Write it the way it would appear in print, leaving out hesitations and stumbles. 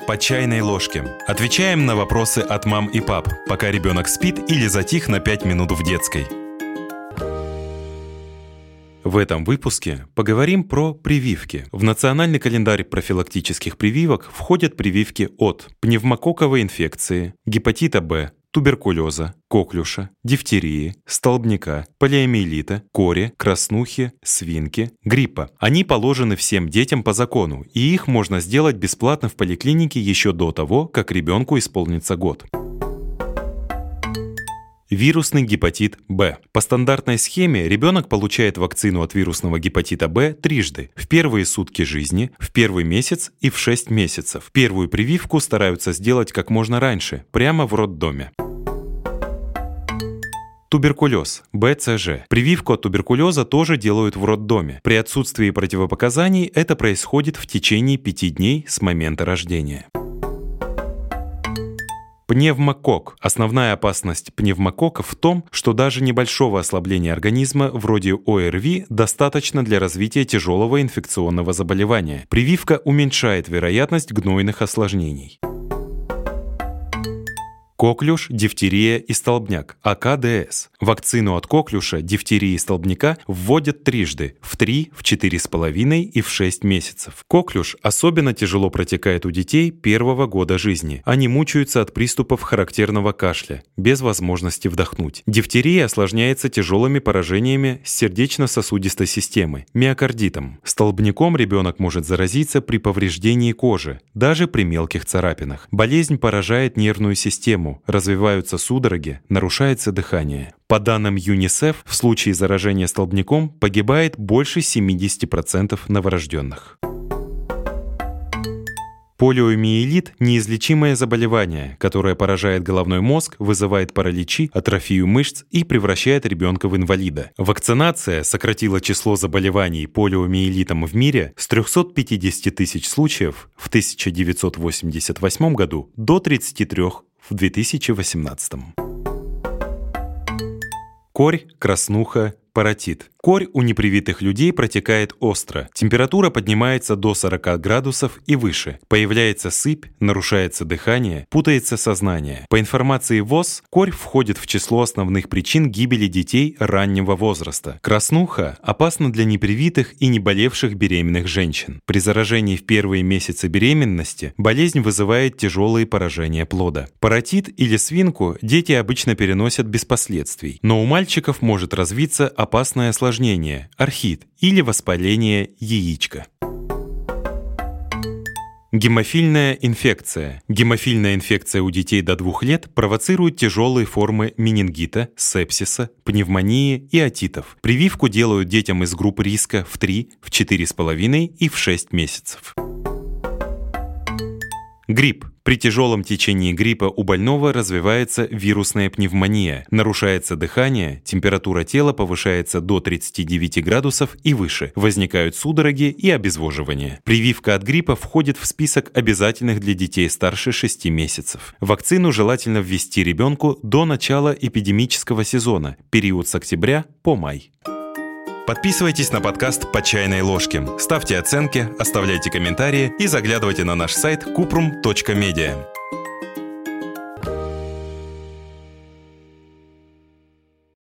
по чайной ложке. Отвечаем на вопросы от мам и пап, пока ребенок спит или затих на 5 минут в детской. В этом выпуске поговорим про прививки. В национальный календарь профилактических прививок входят прививки от пневмококковой инфекции, гепатита Б, туберкулеза, коклюша, дифтерии, столбняка, полиомиелита, кори, краснухи, свинки, гриппа. Они положены всем детям по закону, и их можно сделать бесплатно в поликлинике еще до того, как ребенку исполнится год. Вирусный гепатит Б. По стандартной схеме ребенок получает вакцину от вирусного гепатита Б трижды: в первые сутки жизни, в первый месяц и в 6 месяцев. Первую прививку стараются сделать как можно раньше, прямо в роддоме. Туберкулез, БЦЖ. Прививку от туберкулеза тоже делают в роддоме. При отсутствии противопоказаний это происходит в течение 5 дней с момента рождения. Пневмококк. Основная опасность пневмококков в том, что даже небольшого ослабления организма вроде ОРВИ достаточно для развития тяжелого инфекционного заболевания. Прививка уменьшает вероятность гнойных осложнений. Коклюш, дифтерия и столбняк, АКДС. Вакцину от коклюша, дифтерии и столбняка вводят трижды: в 3, в 4,5 и в 6 месяцев. Коклюш особенно тяжело протекает у детей первого года жизни. Они мучаются от приступов характерного кашля, без возможности вдохнуть. Дифтерия осложняется тяжелыми поражениями сердечно-сосудистой системы, миокардитом. Столбняком ребенок может заразиться при повреждении кожи, даже при мелких царапинах. Болезнь поражает нервную систему, развиваются судороги, нарушается дыхание. По данным ЮНИСЕФ, в случае заражения столбняком погибает больше 70% новорожденных. Полиомиелит – неизлечимое заболевание, которое поражает головной мозг, вызывает параличи, атрофию мышц и превращает ребенка в инвалида. Вакцинация сократила число заболеваний полиомиелитом в мире с 350 тысяч случаев в 1988 году до 33 в 2018. Корь, краснуха, паротит. Корь у непривитых людей протекает остро. Температура поднимается до 40 градусов и выше. Появляется сыпь, нарушается дыхание, путается сознание. По информации ВОЗ, корь входит в число основных причин гибели детей раннего возраста. Краснуха опасна для непривитых и не болевших беременных женщин. При заражении в первые месяцы беременности болезнь вызывает тяжелые поражения плода. Паротит или свинку дети обычно переносят без последствий, но у мальчиков может развиться опасное осложнение – орхид или воспаление яичка. Гемофильная инфекция. Гемофильная инфекция у детей до 2 лет провоцирует тяжелые формы менингита, сепсиса, пневмонии и отитов. Прививку делают детям из групп риска в 3, в 4,5 и в 6 месяцев. Грипп. При тяжелом течении гриппа у больного развивается вирусная пневмония, нарушается дыхание, температура тела повышается до 39 градусов и выше, возникают судороги и обезвоживание. Прививка от гриппа входит в список обязательных для детей старше 6 месяцев. Вакцину желательно ввести ребенку до начала эпидемического сезона, период с октября по май. Подписывайтесь на подкаст «По чайной ложке», ставьте оценки, оставляйте комментарии и заглядывайте на наш сайт kuprum.media.